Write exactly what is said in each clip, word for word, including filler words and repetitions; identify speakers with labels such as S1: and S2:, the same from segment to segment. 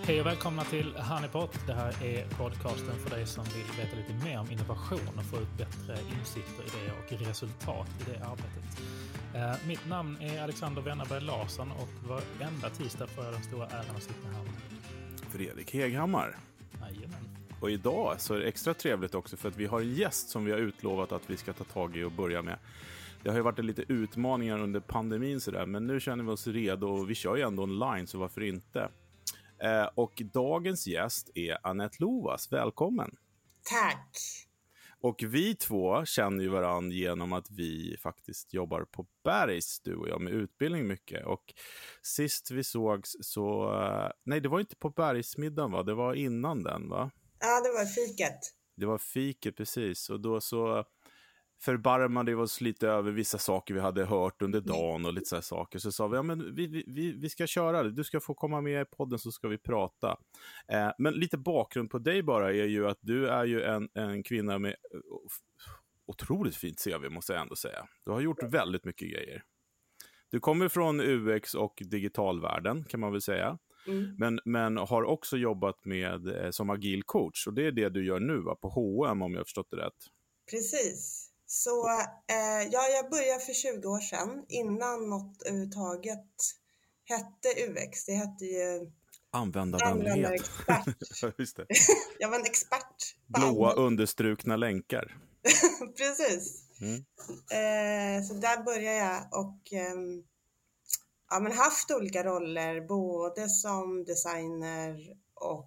S1: Hej och välkomna till Honeypot. Det här är podcasten för dig som vill veta lite mer om innovation och få ut bättre insikter, idéer och resultat i det arbetet. Eh, mitt namn är Alexander Wennerberg Larsson och varenda tisdag får jag den stora äran att sitta här med
S2: Fredrik Heghammar.
S1: Jajamän.
S2: Och idag så är det extra trevligt också för att vi har en gäst som vi har utlovat att vi ska ta tag i och börja med. Det har ju varit lite utmaningar under pandemin sådär, men nu känner vi oss redo och vi kör ju ändå online, så varför inte? Eh, och dagens gäst är Anette Lovas. Välkommen!
S3: Tack!
S2: Och vi två känner ju varandra genom att vi faktiskt jobbar på Bergs, du och jag, med utbildning mycket. Och sist vi sågs så... Nej, det var inte på Bergsmiddagen, va? Det var innan den, va?
S3: Ja, det var fiket.
S2: Det var fiket, precis. Och då så förbarmade vi oss lite över vissa saker vi hade hört under dagen och lite så här saker. Så sa vi, ja men vi, vi, vi ska köra det. Du ska få komma med i podden så ska vi prata. Eh, men lite bakgrund på dig bara är ju att du är ju en, en kvinna med otroligt fint C V, måste jag ändå säga. Du har gjort väldigt mycket grejer. Du kommer från U X och digitalvärlden, kan man väl säga. Mm. Men, men har också jobbat med eh, som agil coach. Och det är det du gör nu, va? På H och M, om jag har förstått det rätt.
S3: Precis. Så eh, ja, jag började för tjugo år sedan, innan något överhuvudtaget hette U X. Det hette ju
S2: användarvänlighet. Just det.
S3: Jag var en expert.
S2: Blåa understrukna länkar.
S3: Precis. Mm. Eh, så där började jag och eh, ja, men haft olika roller, både som designer och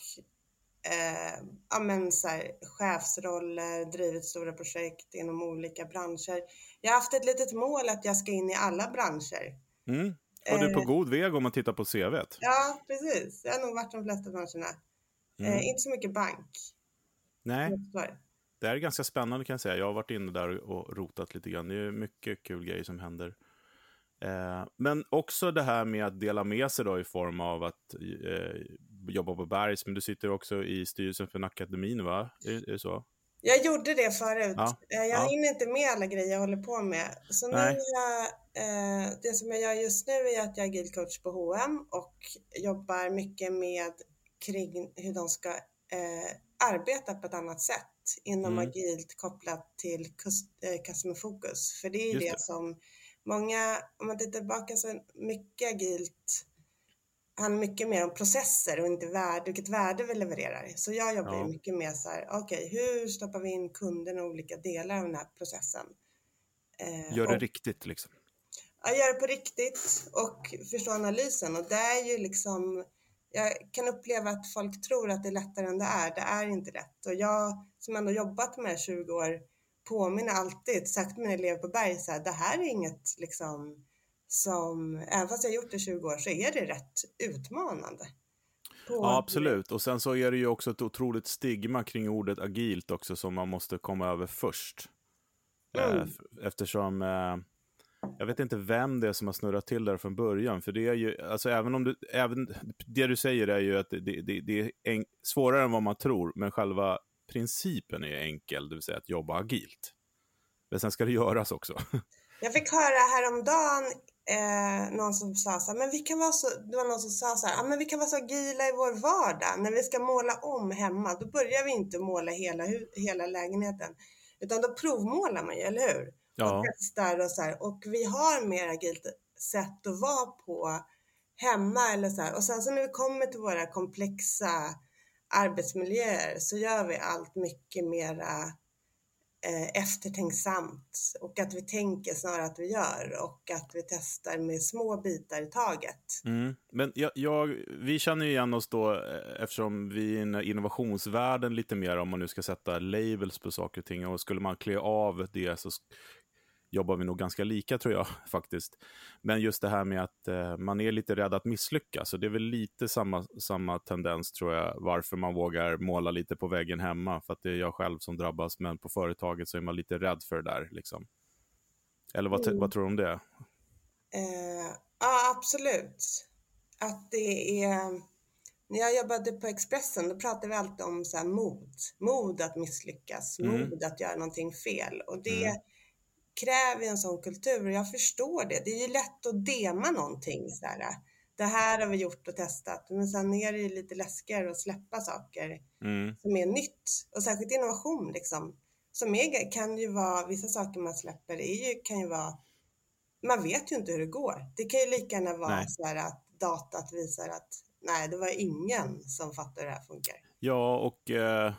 S3: Eh, ja, men så här, chefsroller, drivit stora projekt inom olika branscher. Jag har haft ett litet mål att jag ska in i alla branscher.
S2: Mm. Och du är på eh, god väg om man tittar på C V:t.
S3: Ja, precis. Jag har nog varit de flesta branscherna. Mm. Eh, inte så mycket bank.
S2: Nej, det är ganska spännande kan jag säga. Jag har varit inne där och rotat lite grann. Det är mycket kul grejer som händer. Eh, men också det här med att dela med sig då i form av att eh, jobba på Bergs, men du sitter också i styrelsen för akademin, va? Är, är det så?
S3: Jag gjorde det förut.
S2: Ja.
S3: Jag
S2: ja.
S3: hinner inte med alla grejer jag håller på med. Så nu är jag, eh, det som jag gör just nu är att jag är agil coach på H och M och jobbar mycket med kring hur de ska eh, arbeta på ett annat sätt inom mm. agilt kopplat till eh, customer focus. För det är det, det som många, om man tittar tillbaka, så mycket agilt handlar mycket mer om processer och inte värde, vilket värde vi levererar. Så jag jobbar ja. mycket med så här, okej, okay, hur stoppar vi in kunderna i olika delar av den här processen?
S2: Eh, gör det och, riktigt liksom.
S3: Ja, gör det på riktigt och förstå analysen. Och det är ju liksom, jag kan uppleva att folk tror att det är lättare än det är. Det är inte lätt. Och jag som ändå jobbat med tjugo år påminner alltid, sagt till mina elever på Berg, så här, det här är inget liksom som, även fast jag gjort det tjugo år, så är det rätt utmanande.
S2: Ja, absolut. Och sen så är det ju också ett otroligt stigma kring ordet agilt också som man måste komma över först. Mm. Eftersom eh, jag vet inte vem det är som har snurrat till där från början. För det är ju, alltså även om du, även det du säger är ju att det, det, det är en, svårare än vad man tror, men själva principen är enkel, det vill säga att jobba agilt. Men sen ska det göras också.
S3: Jag fick höra häromdagen eh, någon som sa så här, men vi kan vara så, det var någon som sa så här, ja, men vi kan vara så agila i vår vardag. När vi ska måla om hemma, då börjar vi inte måla hela, hela lägenheten. Utan då provmålar man ju, eller hur?
S2: Ja.
S3: Och testar och så här. Och vi har mer agilt sätt att vara på hemma eller så här. Och sen så när vi kommer till våra komplexa arbetsmiljöer så gör vi allt mycket mera eftertänksamt, och att vi tänker snarare att vi gör, och att vi testar med små bitar i taget.
S2: Mm. Men jag, jag, vi känner ju igen oss då, eftersom vi är i innovationsvärlden lite mer, om man nu ska sätta labels på saker och ting, och skulle man klä av det så jobbar vi nog ganska lika, tror jag faktiskt. Men just det här med att eh, man är lite rädd att misslyckas, så det är väl lite samma, samma tendens, tror jag, varför man vågar måla lite på väggen hemma, för att det är jag själv som drabbas, men på företaget så är man lite rädd för det där liksom. Eller vad, mm. vad tror du om det?
S3: Eh, ja, absolut. Att det är, när jag jobbade på Expressen, då pratade vi alltid om så här mod, mod att misslyckas, mm. mod att göra någonting fel, och det mm. kräver en sån kultur, och jag förstår det. Det är ju lätt att dema någonting så här. det här har vi gjort och testat. Men sen är det ju lite läskigare att släppa saker
S2: Mm.
S3: som är nytt. Och särskilt innovation liksom. Som är, kan ju vara, vissa saker man släpper är ju, kan ju vara, man vet ju inte hur det går. Det kan ju lika gärna vara
S2: Nej.
S3: så här att datat visar att nej, det var ingen som fattar hur det här funkar.
S2: Ja, och eh,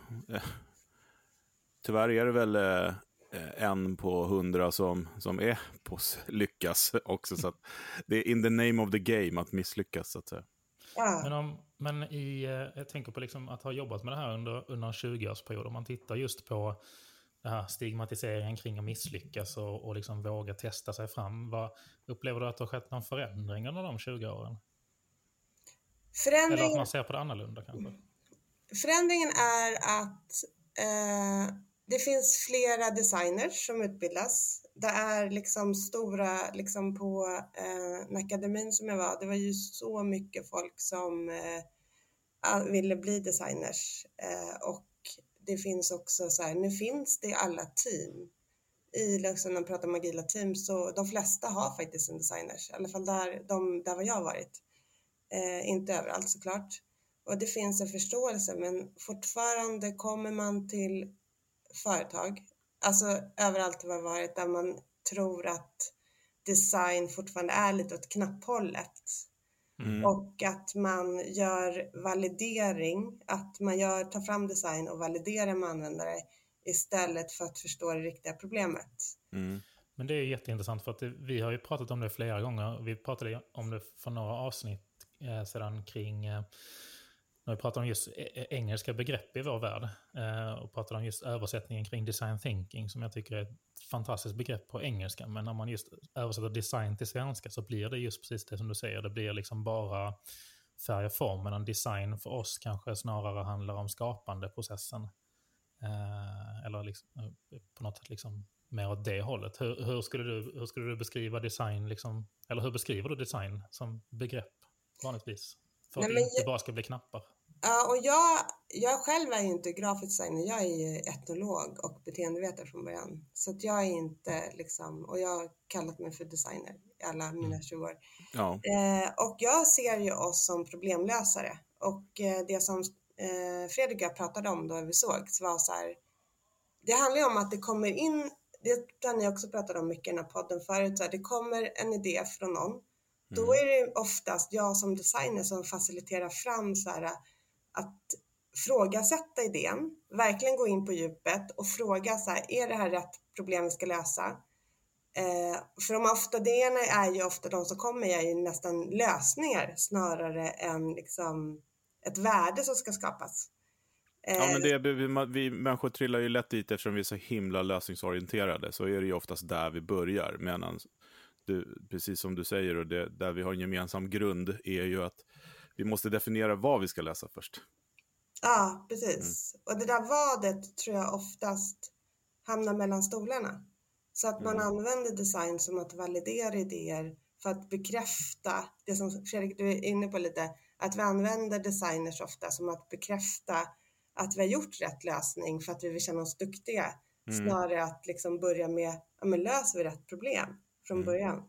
S2: tyvärr är det väl eh, en på hundra som, som är på s- lyckas också. Så att det är in the name of the game att misslyckas, så att säga.
S3: Ja.
S1: Men, om, men i, eh, jag tänker på liksom att ha jobbat med det här under, under en tjugo-årsperiod. Om man tittar just på det här stigmatiseringen kring att misslyckas och, och liksom våga testa sig fram. Vad, upplever du att det har skett någon förändring under de tjugo åren?
S3: Förändring...
S1: Eller att man ser på det annorlunda kanske?
S3: Förändringen är att eh, det finns flera designers som utbildas. Det är liksom stora, liksom på eh, akademin som jag var, det var ju så mycket folk som eh, ville bli designers. Eh, och det finns också så här, nu finns det alla team. I liksom, när man pratar om agila team, så de flesta har faktiskt en designers. I alla fall där, de, där var jag varit. Eh, inte överallt såklart. Och det finns en förståelse, men fortfarande kommer man till företag, alltså överallt var varit, där man tror att design fortfarande är lite åt knapphållet. Mm. Och att man gör validering, att man gör, tar fram design och validerar med användare istället för att förstå det riktiga problemet.
S2: Mm.
S1: Men det är jätteintressant, för att det, vi har ju pratat om det flera gånger. Vi pratade om det för några avsnitt eh, sedan kring, eh, när vi pratade om just engelska begrepp i vår värld eh, och pratade om just översättningen kring design thinking, som jag tycker är ett fantastiskt begrepp på engelska. Men när man just översätter design till svenska så blir det just precis det som du säger. Det blir liksom bara färg och form, medan design för oss kanske snarare handlar om skapandeprocessen. Eh, eller liksom, på något sätt liksom mer åt det hållet. Hur, hur, skulle du, hur skulle du beskriva design, liksom, eller hur beskriver du design som begrepp vanligtvis? För
S3: Nej,
S1: att
S3: men
S1: det inte
S3: jag,
S1: bara ska bli knappar.
S3: Ja, och jag, jag själv är ju inte grafisk designer, jag är ju etnolog och beteendevetare från början. Så att jag är inte liksom, och jag har kallat mig för designer i alla mina mm. tjugo år.
S2: Ja.
S3: Eh, och jag ser ju oss som problemlösare. Och eh, det som eh, Fredrik och jag pratade om då vi sågs var så här, det handlar ju om att det kommer in, det har ni också pratat om mycket i den här podden förut, så här, det kommer en idé från någon. Mm. Då är det oftast jag som designer som faciliterar fram så här, att frågasätta idén, verkligen gå in på djupet och fråga så här, är det här rätt problem vi ska lösa? Eh, för de ofta idéerna är ju ofta de som kommer är ju nästan lösningar snarare än liksom ett värde som ska skapas. Eh,
S2: ja, men det, vi, vi människor trillar ju lätt dit eftersom vi är så himla lösningsorienterade, så är det ju oftast där vi börjar. Medan du, precis som du säger, och det, där vi har en gemensam grund är ju att vi måste definiera vad vi ska läsa först.
S3: Ja, precis. Mm. Och det där vadet tror jag oftast hamnar mellan stolarna. Så att man mm. använder design som att validera idéer för att bekräfta det som Fredrik, du är inne på lite. Att vi använder designers ofta som att bekräfta att vi har gjort rätt lösning för att vi vill känna oss duktiga. Mm. Snarare att liksom börja med, ja men löser vi rätt problem från mm. början.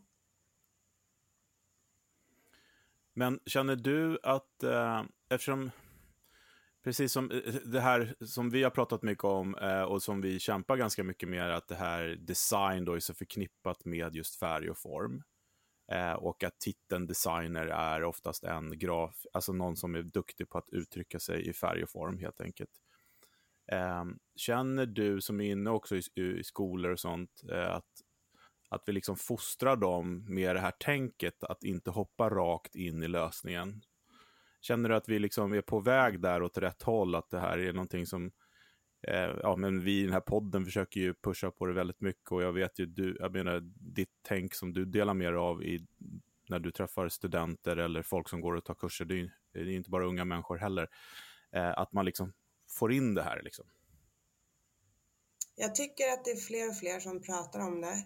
S2: Men känner du att, eh, eftersom, precis som det här som vi har pratat mycket om eh, och som vi kämpar ganska mycket med, att det här design då är så förknippat med just färg och form. Eh, och att titeln designer är oftast en graf, alltså någon som är duktig på att uttrycka sig i färg och form helt enkelt. Eh, känner du som är inne också i, i skolor och sånt eh, att Att vi liksom fostrar dem med det här tänket att inte hoppa rakt in i lösningen? Känner du att vi liksom är på väg där åt rätt håll? Att det här är någonting som, eh, ja men vi i den här podden försöker ju pusha på det väldigt mycket. Och jag vet ju, du, jag menar, ditt tänk som du delar med dig av i, när du träffar studenter eller folk som går och tar kurser, det är ju det är inte bara unga människor heller. Eh, att man liksom får in det här liksom.
S3: Jag tycker att det är fler och fler som pratar om det.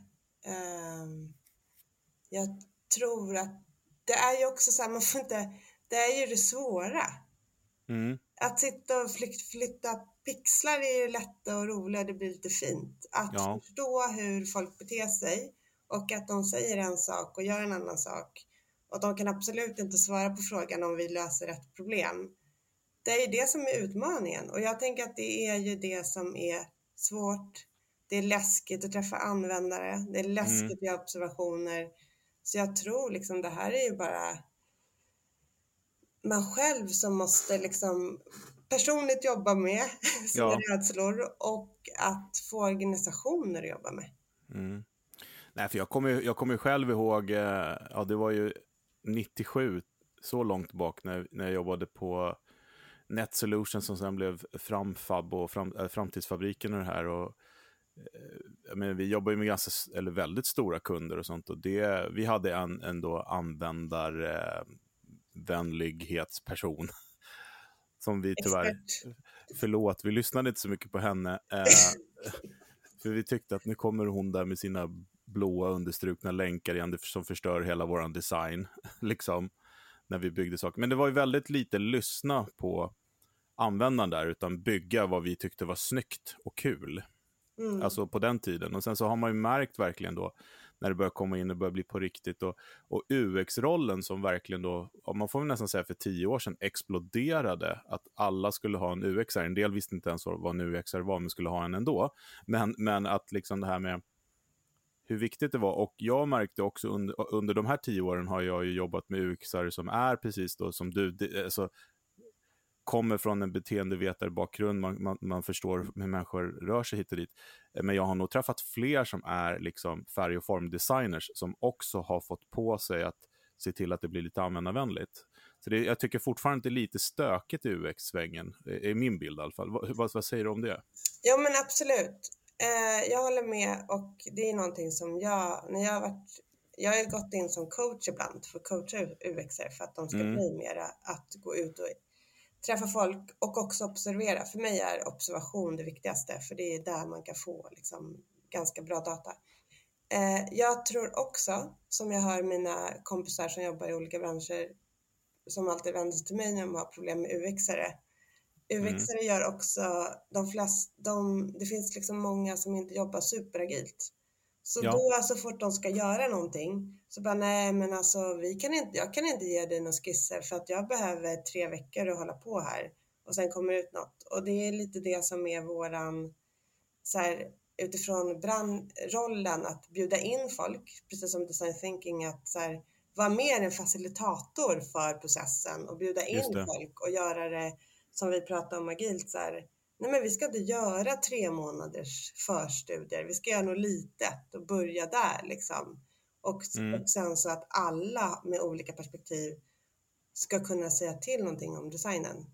S3: Jag tror att det är ju också så här, man får inte, det är ju det svåra. Mm. Att sitta och flyt, flytta pixlar är ju lätt och roligt, det blir lite fint. Att ja. förstå hur folk beter sig och att de säger en sak och gör en annan sak. och de kan absolut inte svara på frågan om vi löser ett problem. Det är ju det som är utmaningen, och jag tänker att det är ju det som är svårt. Det är läskigt att träffa användare, det är läskigt mm. att göra observationer. Så jag tror liksom det här är ju bara man själv som måste liksom personligt jobba med sina ja. rädslor och att få organisationer att jobba med.
S2: Mm. Nej, för jag kommer jag kommer själv ihåg, ja det var ju nittiosju, så långt bak när, när jag jobbade på Net Solutions som sen blev Framfab och fram, äh, Framtidsfabriken och det här. Och, äh, men vi jobbar ju med ganska, eller väldigt stora kunder och sånt, och det, vi hade en ändå användarvänlighetsperson äh, som vi tyvärr, Expert. förlåt, vi lyssnade inte så mycket på henne äh, för vi tyckte att nu kommer hon där med sina blåa understrukna länkar igen som förstör hela våran design liksom, när vi byggde saker. Men det var ju väldigt lite lyssna på användaren där, utan bygga vad vi tyckte var snyggt och kul. Mm. Alltså på den tiden. Och sen så har man ju märkt verkligen då när det börjar komma in och börjar bli på riktigt. Och, och U X-rollen som verkligen då, man får väl nästan säga för tio år sedan, exploderade. Att alla skulle ha en U X-are. En del visste inte ens vad en U X-are var, men skulle ha en ändå. Men, men att liksom det här med hur viktigt det var. Och jag märkte också under, under de här tio åren har jag ju jobbat med U X-are som är precis då som du, det, alltså, kommer från en beteendevetarbakgrund, man, man, man förstår hur människor rör sig hit och dit. Men jag har nog träffat fler som är liksom färg- och formdesigners som också har fått på sig att se till att det blir lite användarvänligt. Så det, jag tycker fortfarande det är lite stökigt i U X-svängen, är min bild i alla fall. Vad, vad, vad säger du om det?
S3: Ja, men absolut. Eh, jag håller med, och det är någonting som jag, när jag har varit, jag har gått in som coach ibland för att coacha U X-er för att de ska mm. bli mera att gå ut och träffa folk och också observera. För mig är observation det viktigaste, för det är där man kan få liksom ganska bra data. Eh, jag tror också, som jag hör mina kompisar som jobbar i olika branscher som alltid vänder sig till mig när de har problem med U X-are. U X-are mm. gör också, de flesta, de, det finns liksom många som inte jobbar superagilt. Så ja. då så fort de ska göra någonting så bara nej men alltså vi kan inte, jag kan inte ge dig några skisser för att jag behöver tre veckor att hålla på här och sen kommer ut något. Och det är lite det som är våran så här, utifrån brandrollen att bjuda in folk, precis som design thinking, att så här, vara mer en facilitator för processen och bjuda in folk och göra det som vi pratar om agilt så här. Nej, men vi ska inte göra tre månaders förstudier. Vi ska göra något litet och börja där liksom. Och, mm. och sen så att alla med olika perspektiv ska kunna säga till någonting om designen.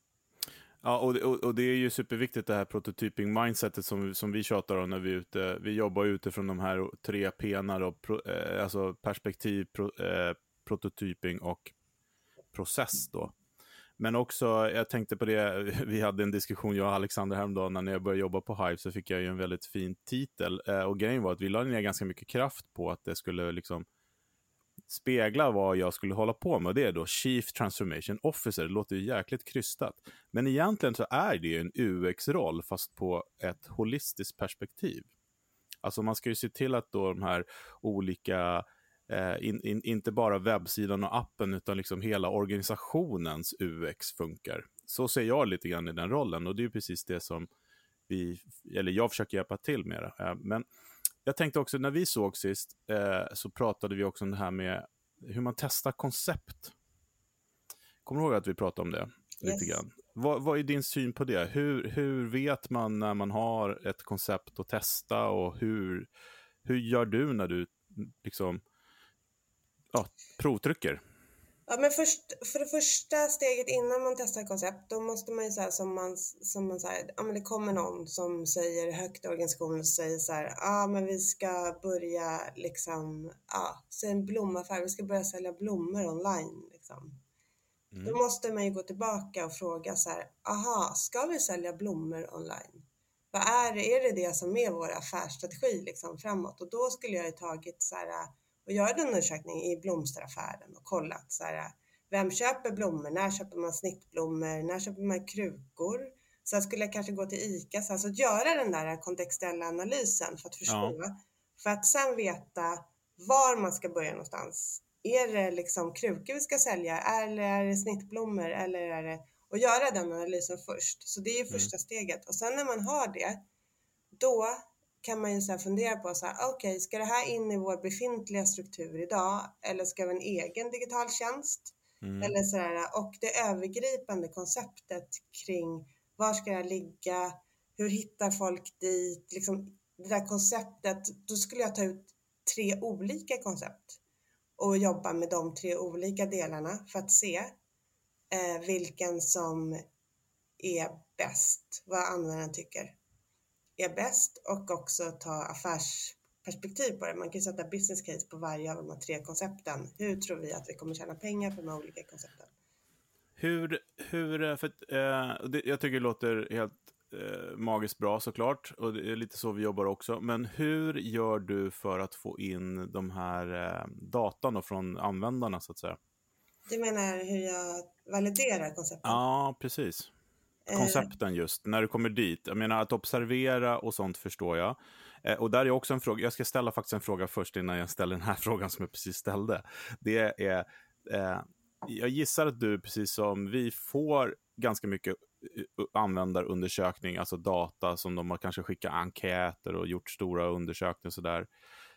S2: Ja, och, och, och det är ju superviktigt det här prototyping mindsetet som, som vi tjatar om när vi är ute. Vi jobbar utifrån de här tre P:nar och pro, eh, alltså perspektiv, pro, eh, prototyping och process då. Men också, jag tänkte på det, vi hade en diskussion, jag och Alexander häromdagen, när jag började jobba på Hive så fick jag ju en väldigt fin titel. Och grejen var att vi lade ner ganska mycket kraft på att det skulle liksom spegla vad jag skulle hålla på med. Det är då Chief Transformation Officer, det låter ju jäkligt krystat. Men egentligen så är det ju en U X-roll fast på ett holistiskt perspektiv. Alltså man ska ju se till att då de här olika... Uh, in, in, inte bara webbsidan och appen utan liksom hela organisationens U X funkar. Så ser jag lite grann i den rollen och det är precis det som vi, eller jag försöker hjälpa till med det. Uh, men jag tänkte också när vi såg sist uh, så pratade vi också om det här med hur man testar koncept. Kommer du ihåg att vi pratade om det lite yes. grann? Vad, vad är din syn på det? Hur, hur vet man när man har ett koncept att testa och hur, hur gör du när du liksom Ja, provtrycker.
S3: Ja, men först, för det första steget innan man testar koncept, då måste man ju säga som man, som man säger, ja men det kommer någon som säger högt i organisationen och säger så här, ja men vi ska börja liksom, ja, se en blomaffär, vi ska börja sälja blommor online liksom. Mm. Då måste man ju gå tillbaka och fråga så här, aha, ska vi sälja blommor online? Vad är det, är det det som är vår affärsstrategi liksom framåt? Och då skulle jag ju tagit så här, och göra en undersökning i blomsteraffären och kollat så här, vem köper blommor, när köper man snittblommor, när köper man krukor. Så skulle jag kanske gå till ICA, så alltså att göra den där kontextuella analysen för att förstå. Ja. För att sen veta var man ska börja någonstans är det liksom krukor vi ska sälja eller är det snittblommor eller är det, och göra den analysen först. Så det är ju första mm. steget. Och sen när man har det, då kan man ju så här fundera på så här, okej, okay, ska det här in i vår befintliga struktur idag eller ska vi ha en egen digital tjänst? Mm. Eller så här, och det övergripande konceptet kring var ska det ligga, hur hittar folk dit, liksom det där konceptet, då skulle jag ta ut tre olika koncept och jobba med de tre olika delarna för att se eh, vilken som är bäst, vad användaren tycker är bäst, och också ta affärsperspektiv på det. Man kan sätta business case på varje av de här tre koncepten. Hur tror vi att vi kommer tjäna pengar på de här olika koncepten?
S2: Hur, hur för att, eh, det, jag tycker det låter helt eh, magiskt bra såklart, och det är lite så vi jobbar också, men hur gör du för att få in de här eh, datan från användarna så att säga?
S3: Du menar hur jag validerar koncepten?
S2: Ja, precis. Koncepten just, när du kommer dit. Jag menar att observera och sånt förstår jag. Eh, och där är också en fråga, jag ska ställa faktiskt en fråga först innan jag ställer den här frågan som jag precis ställde. Det är, eh, jag gissar att du precis som vi får ganska mycket användarundersökning, alltså data som de har kanske skickat enkäter och gjort stora undersökningar och sådär.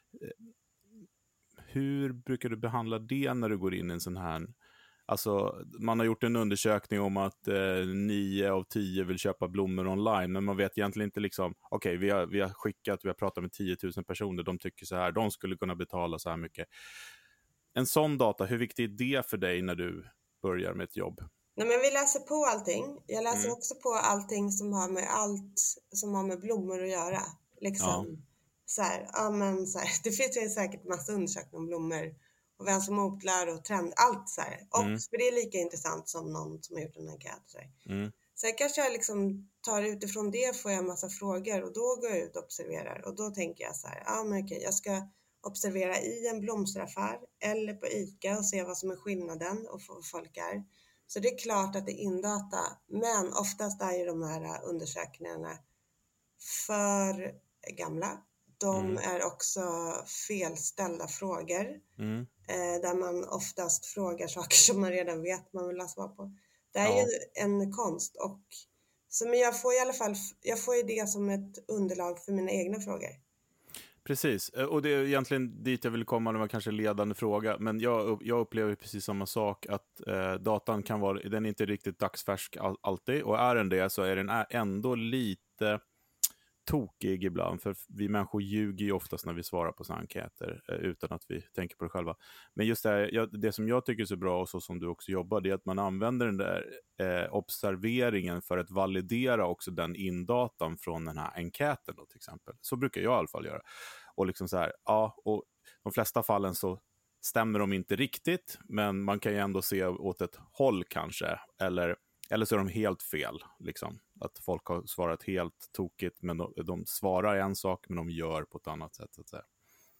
S2: Hur brukar du behandla det när du går in i en sån här... Alltså, man har gjort en undersökning om att eh, nio av tio vill köpa blommor online, men man vet egentligen inte liksom, okej, okay, vi, har, vi har skickat, vi har pratat med tio tusen personer, de tycker så här, de skulle kunna betala så här mycket. En sån data, hur viktig är det för dig när du börjar med ett jobb?
S3: Nej, men vi läser på allting. Jag läser mm. också på allting som har med allt som har med blommor att göra. Liksom, ja. Så här, ja men så här, det finns ju säkert massa undersökningar om blommor. Och vem som odlar och trend, allt så här. Och mm. för det är lika intressant som någon som har gjort en enkät. Så här. Mm. Sen kanske jag liksom tar utifrån det, får jag en massa frågor och då går jag ut och observerar. Och då tänker jag så här, ja men okej, jag ska observera i en blomsteraffär eller på ICA och se vad som är skillnaden och vad folk är. Så det är klart att det är indata, men oftast är ju de här undersökningarna för gamla. De mm. är också felställda frågor. Mm. Eh, där man oftast frågar saker som man redan vet man vill ha svar på. Det är ja. ju en konst. Och, så, men jag får i alla fall jag får ju det som ett underlag för mina egna frågor.
S2: Precis, och det är egentligen dit jag vill komma. Det var kanske en ledande fråga. Men jag, jag upplever precis samma sak. Att eh, datan kan vara, den är inte riktigt dagsfärsk all, alltid. Och är den det så är den ändå lite... tokig ibland, för vi människor ljuger ju oftast när vi svarar på såna enkäter eh, utan att vi tänker på det själva. Men just det, här, jag, det som jag tycker är så bra och så som du också jobbar, det är att man använder den där eh, observeringen för att validera också den indatan från den här enkäten då, till exempel. Så brukar jag i alla fall göra. Och liksom så här, ja, och de flesta fallen så stämmer de inte riktigt, men man kan ju ändå se åt ett håll kanske, eller Eller så är de helt fel, liksom. Att folk har svarat helt tokigt, men de, de svarar en sak, men de gör på ett annat sätt. Så att säga.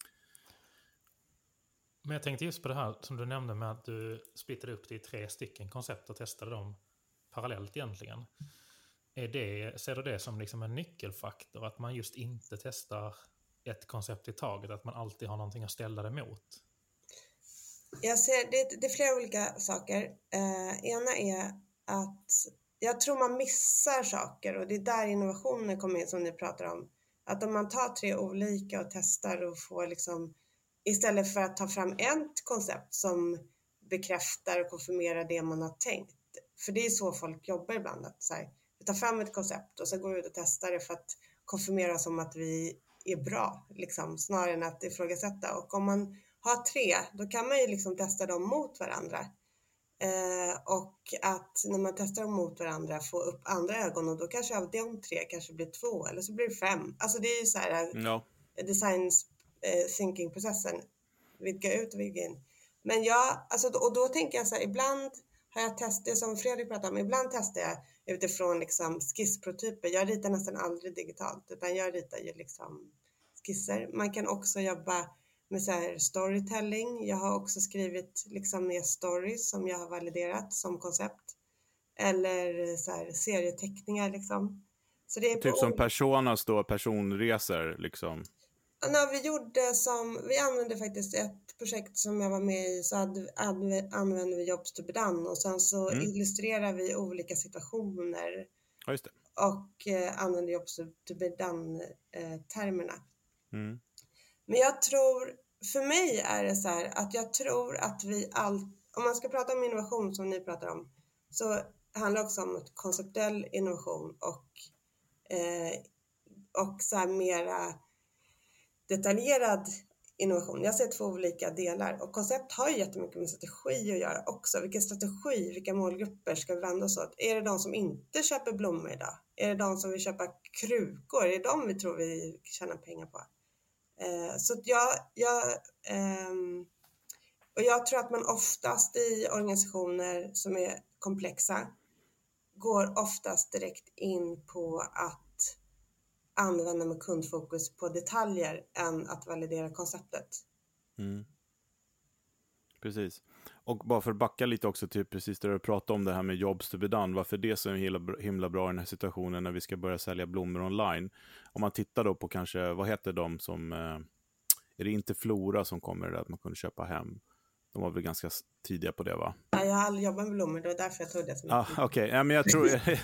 S1: Men jag tänkte just på det här som du nämnde med att du splittade upp det i tre stycken koncept och testade dem parallellt egentligen. Är det, ser du det som liksom en nyckelfaktor, att man just inte testar ett koncept i taget, att man alltid har någonting att ställa det mot?
S3: Jag ser, det, det är flera olika saker. Eh, ena är att jag tror man missar saker, och det är där innovationen kommer in som ni pratar om. Att om man tar tre olika och testar och får liksom, istället för att ta fram ett koncept som bekräftar och konfirmerar det man har tänkt. För det är så folk jobbar ibland. Att så här, vi tar fram ett koncept och så går vi ut och testar det för att konfirmera som att vi är bra. Liksom, snarare än att ifrågasätta. Och om man har tre, då kan man ju liksom testa dem mot varandra. Eh, och att när man testar dem mot varandra få upp andra ögon, och då kanske av de tre kanske blir två eller så blir det fem. Alltså det är ju så här no. design eh, thinking processen, vidga ut och vidga in. Men jag, alltså, och då tänker jag så här, ibland har jag testat, som Fredrik pratade om, ibland testar jag utifrån liksom skissprototyper. Jag ritar nästan aldrig digitalt, utan jag ritar ju liksom skisser. Man kan också jobba med så här storytelling. Jag har också skrivit liksom med stories som jag har validerat som koncept. Eller så här serieteckningar liksom. Så det är
S2: typ som personas då, personresor liksom.
S3: när vi gjorde som, vi använde faktiskt ett projekt som jag var med i, så hade, använde vi Jobs to be done och sen så mm. illustrerar vi olika situationer
S2: ja, just det.
S3: och eh, använder Jobs to be done eh, termerna.
S2: Mm.
S3: Men jag tror, för mig är det så här att jag tror att vi all, om man ska prata om innovation som ni pratar om, så handlar det också om konceptuell innovation och eh, och så här mera detaljerad innovation. Jag ser två olika delar och koncept har ju jättemycket med strategi att göra också. Vilken strategi, vilka målgrupper ska vi vända oss åt? Är det de som inte köper blommor idag? Är det de som vill köpa krukor? Är det de vi tror vi tjänar pengar på? Eh, så att jag, jag eh, och jag tror att man oftast i organisationer som är komplexa går oftast direkt in på att använda med kundfokus på detaljer än att validera konceptet.
S2: Mm. Precis. Och bara för att backa lite också till precis där du pratade om det här med Jobs to be done. Varför det är så himla, himla bra i den här situationen när vi ska börja sälja blommor online. Om man tittar då på kanske, vad heter de som, eh, är det inte Flora som kommer där att man kunde köpa hem? De var väl ganska tidiga på det, va?
S3: Ja, jag har aldrig jobbat med blommor, det var därför jag tog det som
S2: ah, Okej, okay. ja, men jag tror...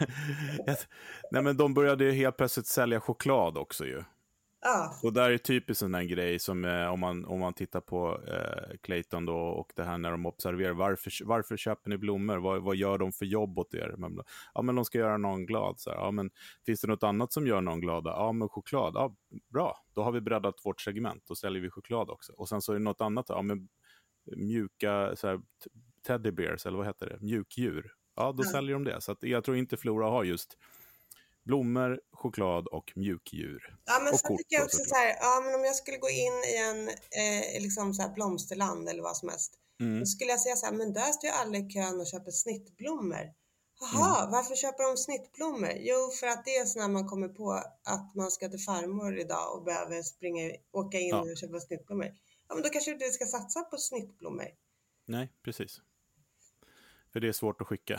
S2: Nej, men de började helt plötsligt sälja choklad också ju.
S3: Ja.
S2: Och där är typiskt en sån här grej som eh, om, man, om man tittar på eh, Clayton då och det här när de observerar varför, varför köper ni blommor? Vad, vad gör de för jobb åt er? Men, ja, men de ska göra någon glad. Så här. Ja, men finns det något annat som gör någon glad? Ja, men choklad. Ja, bra. Då har vi breddat vårt segment. Då säljer vi choklad också. Och sen så är det något annat. Ja, men mjuka så här, teddy bears eller vad heter det? Mjukdjur. Ja, då mm. säljer de det. Så att jag tror inte Flora har just blommor, choklad och mjukdjur.
S3: Ja, men
S2: och
S3: så tycker jag också så här, ja, men om jag skulle gå in i en eh, liksom så här blomsterland eller vad som helst, mm. då skulle jag säga så här, men där står ju alla i kön och köper snittblommor. Jaha, mm. varför köper de snittblommor? Jo, för att det är så när man kommer på att man ska till farmor idag och behöver springa, åka in ja. och köpa snittblommor. Ja, men då kanske du ska satsa på snittblommor.
S2: Nej, precis. För det är svårt att skicka.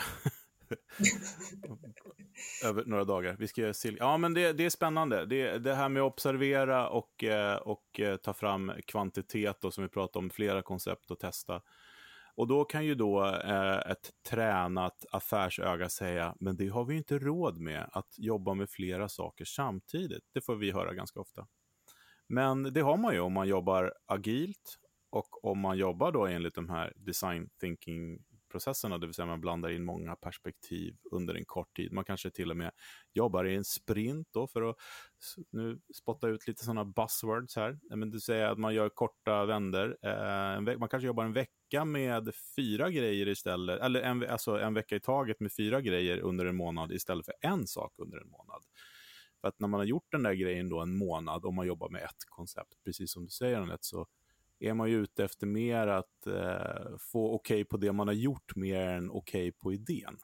S2: Över några dagar. Vi ska göra sil- ja, men det, det är spännande. Det, det här med att observera och, och ta fram kvantitet då, som vi pratar om, flera koncept att testa. Och då kan ju då eh, ett tränat affärsöga säga, men det har vi inte råd med att jobba med flera saker samtidigt. Det får vi höra ganska ofta. Men det har man ju om man jobbar agilt och om man jobbar då enligt de här design thinking processerna, det vill säga man blandar in många perspektiv under en kort tid. Man kanske till och med jobbar i en sprint då för att nu spotta ut lite sådana buzzwords här. Men du säger att man gör korta vänder. Eh, man kanske jobbar en vecka med fyra grejer istället, eller en, alltså en vecka i taget med fyra grejer under en månad istället för en sak under en månad. För att när man har gjort den där grejen då en månad och man jobbar med ett koncept, precis som du säger Annette, så är man ju ute efter mer att eh, få okej okay på det man har gjort mer än okej okay på idén.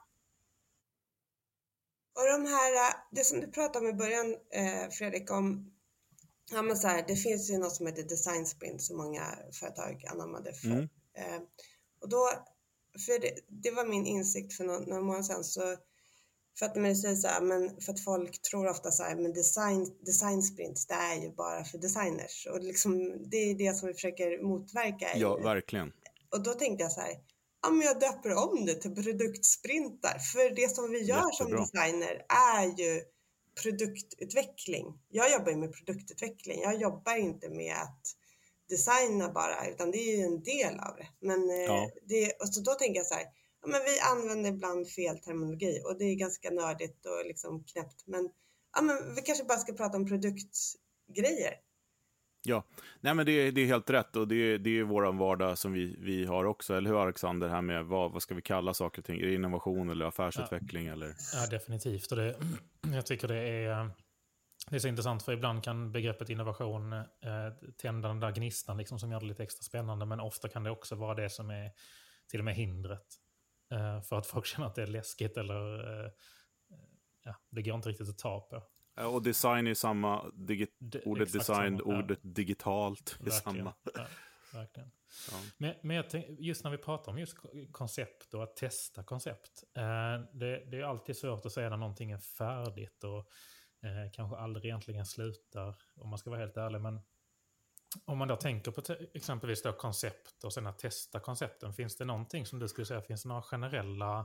S3: Och de här, det som du pratade om i början eh, Fredrik, om ja, men så här, det finns ju något som heter design sprint som många företag anammade för. Mm. Eh, och då, för det, det var min insikt för några, några månader sedan, så för att man säger så här, men för att folk tror ofta så här, men design, design sprints, det är ju bara för designers. Och liksom, det är det som vi försöker motverka.
S2: Ja, verkligen.
S3: Och då tänkte jag så här, ja men jag döper om det till produktsprintar. För det som vi gör Jättebra. som designer är ju produktutveckling. Jag jobbar ju med produktutveckling. Jag jobbar inte med att designa bara, utan det är ju en del av det. Men ja. det, och så då tänker jag så här, ja, men vi använder ibland fel terminologi och det är ganska nördigt och liksom knäppt. Men, ja, men vi kanske bara ska prata om produktgrejer.
S2: Ja, nej men det, det är helt rätt och det, det är våran vardag som vi, vi har också. Eller hur Alexander, här med vad, vad ska vi kalla saker och ting? Är det innovation eller affärsutveckling?
S1: Ja,
S2: eller?
S1: ja definitivt. Och det, jag tycker det är, det är så intressant för ibland kan begreppet innovation eh, tända den där gnistan liksom, som gör det lite extra spännande. Men ofta kan det också vara det som är till och med hindret. För att folk känner att det är läskigt eller ja, det går inte riktigt att ta på.
S2: Och design är samma, digi- De, ordet design, samma, ordet ja. digitalt är verkligen, samma.
S1: Ja, verkligen. Ja. Men, men jag tänk, just när vi pratar om just koncept och att testa koncept. Eh, det, det är alltid svårt att säga när någonting är färdigt och eh, kanske aldrig egentligen slutar, om man ska vara helt ärlig. Men Om man då tänker på te- exempelvis då koncept och sen att testa koncepten, finns det någonting som du skulle säga, finns det några generella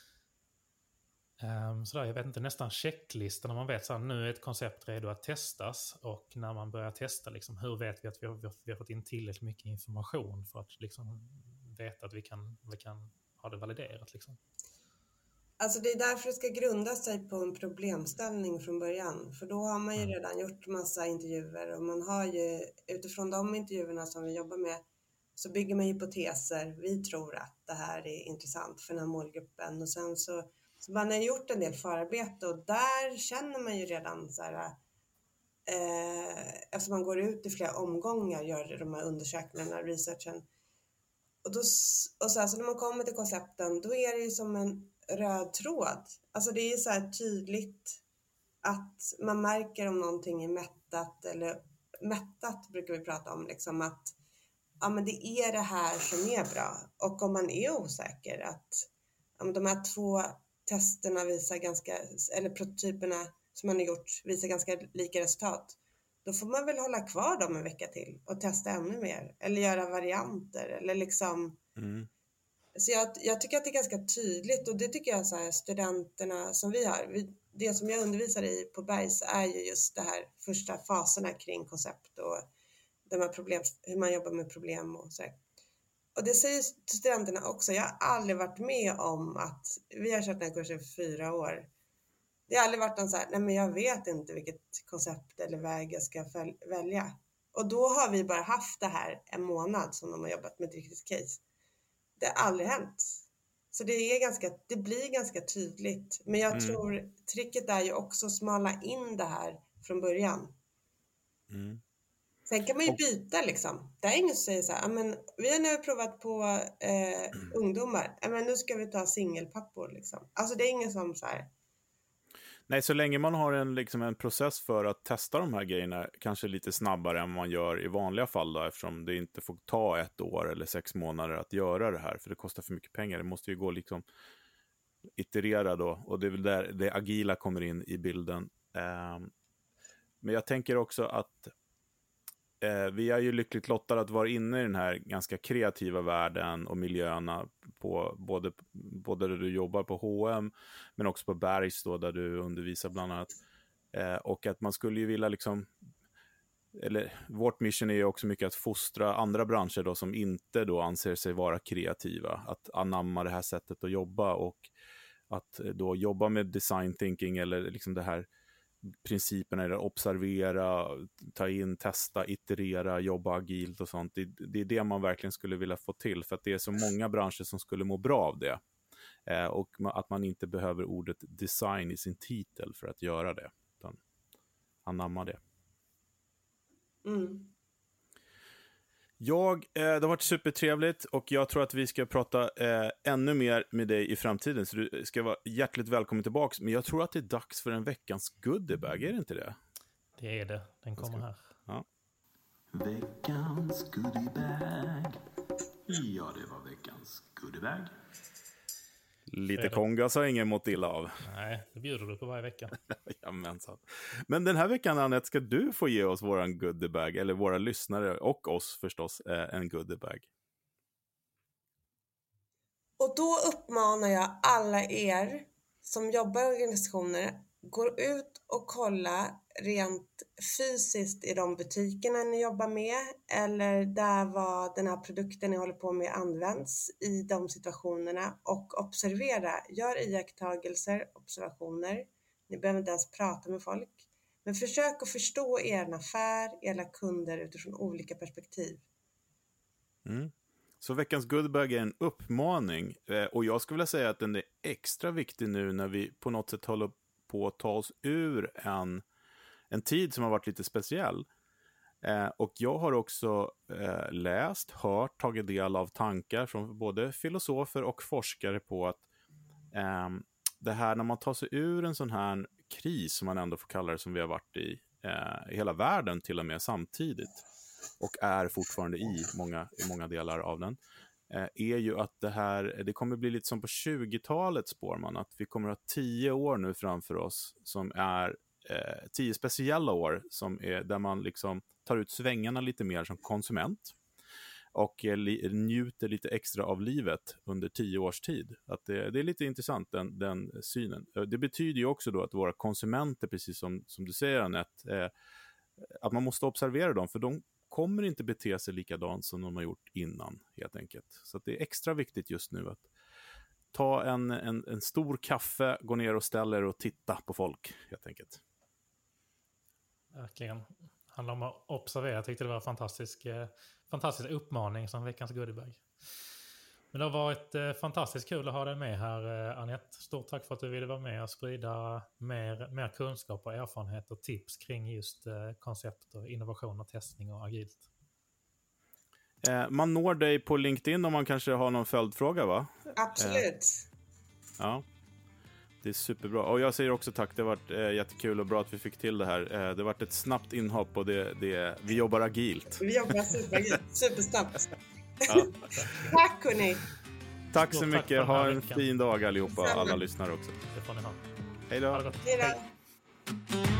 S1: um, sådär, jag vet inte, nästan checklistor när man vet att nu är ett koncept redo att testas, och när man börjar testa, liksom, hur vet vi att vi har, vi har fått in tillräckligt mycket information för att liksom, veta att vi kan, vi kan ha det validerat liksom?
S3: Alltså det är därför det ska grunda sig på en problemställning från början. För då har man ju
S1: Mm.
S3: redan gjort massa intervjuer, och man har ju utifrån de intervjuerna som vi jobbar med så bygger man hypoteser. Vi tror att det här är intressant för den här målgruppen, och sen så, så man har gjort en del förarbete, och där känner man ju redan så här, eh, alltså man går ut i flera omgångar, gör de här undersökningarna, researchen. Och, då, och så, alltså när man kommer till koncepten, då är det ju som en röd tråd. Alltså det är så här tydligt att man märker om någonting är mättat, eller mättat brukar vi prata om, liksom att ja, men det är det här som är bra. Och om man är osäker att ja, men de här två testerna visar ganska, eller prototyperna som man har gjort visar ganska lika resultat, då får man väl hålla kvar dem en vecka till och testa ännu mer, eller göra varianter, eller liksom
S2: Mm.
S3: så jag, jag tycker att det är ganska tydligt, och det tycker jag så här, studenterna som vi har, vi, det som jag undervisar i på Bergs är ju just det här första faserna kring koncept och de här problem, hur man jobbar med problem och så här. Och det säger studenterna också. Jag har aldrig varit med om att, vi har kört den här kursen för fyra år. Det har aldrig varit någon så här, nej men jag vet inte vilket koncept eller väg jag ska välja. Och då har vi bara haft det här en månad som de har jobbat med ett riktigt case. Det har aldrig hänt. Så det, är ganska, det blir ganska tydligt. Men jag mm. tror tricket är ju också att smala in det här från början.
S2: Mm.
S3: Sen kan man ju byta liksom. Det är ingen som säger så här, men vi har nu provat på eh, mm. ungdomar. Men nu ska vi ta singelpappor liksom. Alltså det är ingen som så här.
S2: Nej, så länge man har en, liksom en process för att testa de här grejerna kanske lite snabbare än man gör i vanliga fall då, eftersom det inte får ta ett år eller sex månader att göra det här, för det kostar för mycket pengar. Det måste ju gå liksom iterera då, och det är väl där det agila kommer in i bilden. Um, men jag tänker också att eh, vi är ju lyckligt lottade att vara inne i den här ganska kreativa världen och miljöerna på både, både där du jobbar på H och M men också på Bergs då, där du undervisar bland annat. Eh, och att man skulle ju vilja liksom, eller vårt mission är ju också mycket att fostra andra branscher då som inte då anser sig vara kreativa, att anamma det här sättet att jobba, och att då jobba med design thinking eller liksom det här principerna är att observera, ta in, testa, iterera, jobba agilt och sånt. Det, det är det man verkligen skulle vilja få till, för att det är så många branscher som skulle må bra av det. Eh, och att man inte behöver ordet design i sin titel för att göra det, utan anamma det.
S3: Mm.
S2: Jag, eh, det har varit supertrevligt, och jag tror att vi ska prata eh, ännu mer med dig i framtiden, så du ska vara hjärtligt välkommen tillbaka. Men jag tror att det är dags för en veckans goodiebag, är det inte det?
S1: Det är det, den kommer här.
S2: Ja.
S4: Veckans goodiebag. Ja, det var veckans goodiebag.
S2: Lite kongas har ingen mått illa av.
S1: Nej, det bjuder du på varje vecka.
S2: Jamensan. Men den här veckan, Anette, ska du få ge oss våran goodiebag, eller våra lyssnare och oss förstås, en goodiebag.
S3: Och då uppmanar jag alla er som jobbar i organisationer, går ut och kolla rent fysiskt i de butikerna ni jobbar med, eller där vad den här produkten ni håller på med används i de situationerna, och observera, gör iakttagelser, observationer. Ni behöver inte ens prata med folk, men försök att förstå er affär, era kunder utifrån olika perspektiv.
S2: Mm. Så veckans goodiebag är en uppmaning, och jag skulle vilja säga att den är extra viktig nu när vi på något sätt håller på att ta oss ur en, en tid som har varit lite speciell. Eh, och jag har också eh, läst, hört, tagit del av tankar från både filosofer och forskare på att eh, det här när man tar sig ur en sån här kris, som man ändå får kalla det, som vi har varit i eh, i hela världen till och med samtidigt, och är fortfarande i många, i många delar av den, eh, är ju att det här, det kommer bli lite som på tjugotalet, spår man, att vi kommer att ha tio år nu framför oss som är eh, tio speciella år som är där man liksom tar ut svängarna lite mer som konsument och eh, li, njuter lite extra av livet under tio års tid. Att det, det är lite intressant den, den synen. Det betyder ju också då att våra konsumenter, precis som, som du säger Anette, eh, att man måste observera dem, för de kommer inte bete sig likadant som de har gjort innan helt enkelt. Så att det är extra viktigt just nu att ta en, en, en stor kaffe, gå ner och ställa er och titta på folk helt enkelt.
S1: Verkligen. Handlar om att observera. Jag tyckte det var en fantastisk, eh, fantastisk uppmaning som veckans goodiebag. Men det har varit eh, fantastiskt kul att ha dig med här, eh, Anette. Stort tack för att du ville vara med och sprida mer, mer kunskap och erfarenhet och tips kring just eh, koncept och innovation och testning och agilt.
S2: Eh, man når dig på LinkedIn om man kanske har någon följdfråga, va?
S3: Absolut.
S2: Eh, ja, det är superbra. Och jag säger också tack, det har varit eh, jättekul och bra att vi fick till det här. Eh, det har varit ett snabbt inhopp och det, det, vi jobbar agilt.
S3: Vi jobbar superagilt, supersnabbt.
S2: Ja.
S3: Tack hörni.
S2: Tack så
S1: Tack
S2: mycket, ha en
S1: veckan.
S2: fin dag allihopa,
S3: Detsamma.
S2: alla lyssnare också.
S1: Det får ni ha.
S2: Hej då.
S1: Ha det gott.
S3: Hej då.
S1: Hej.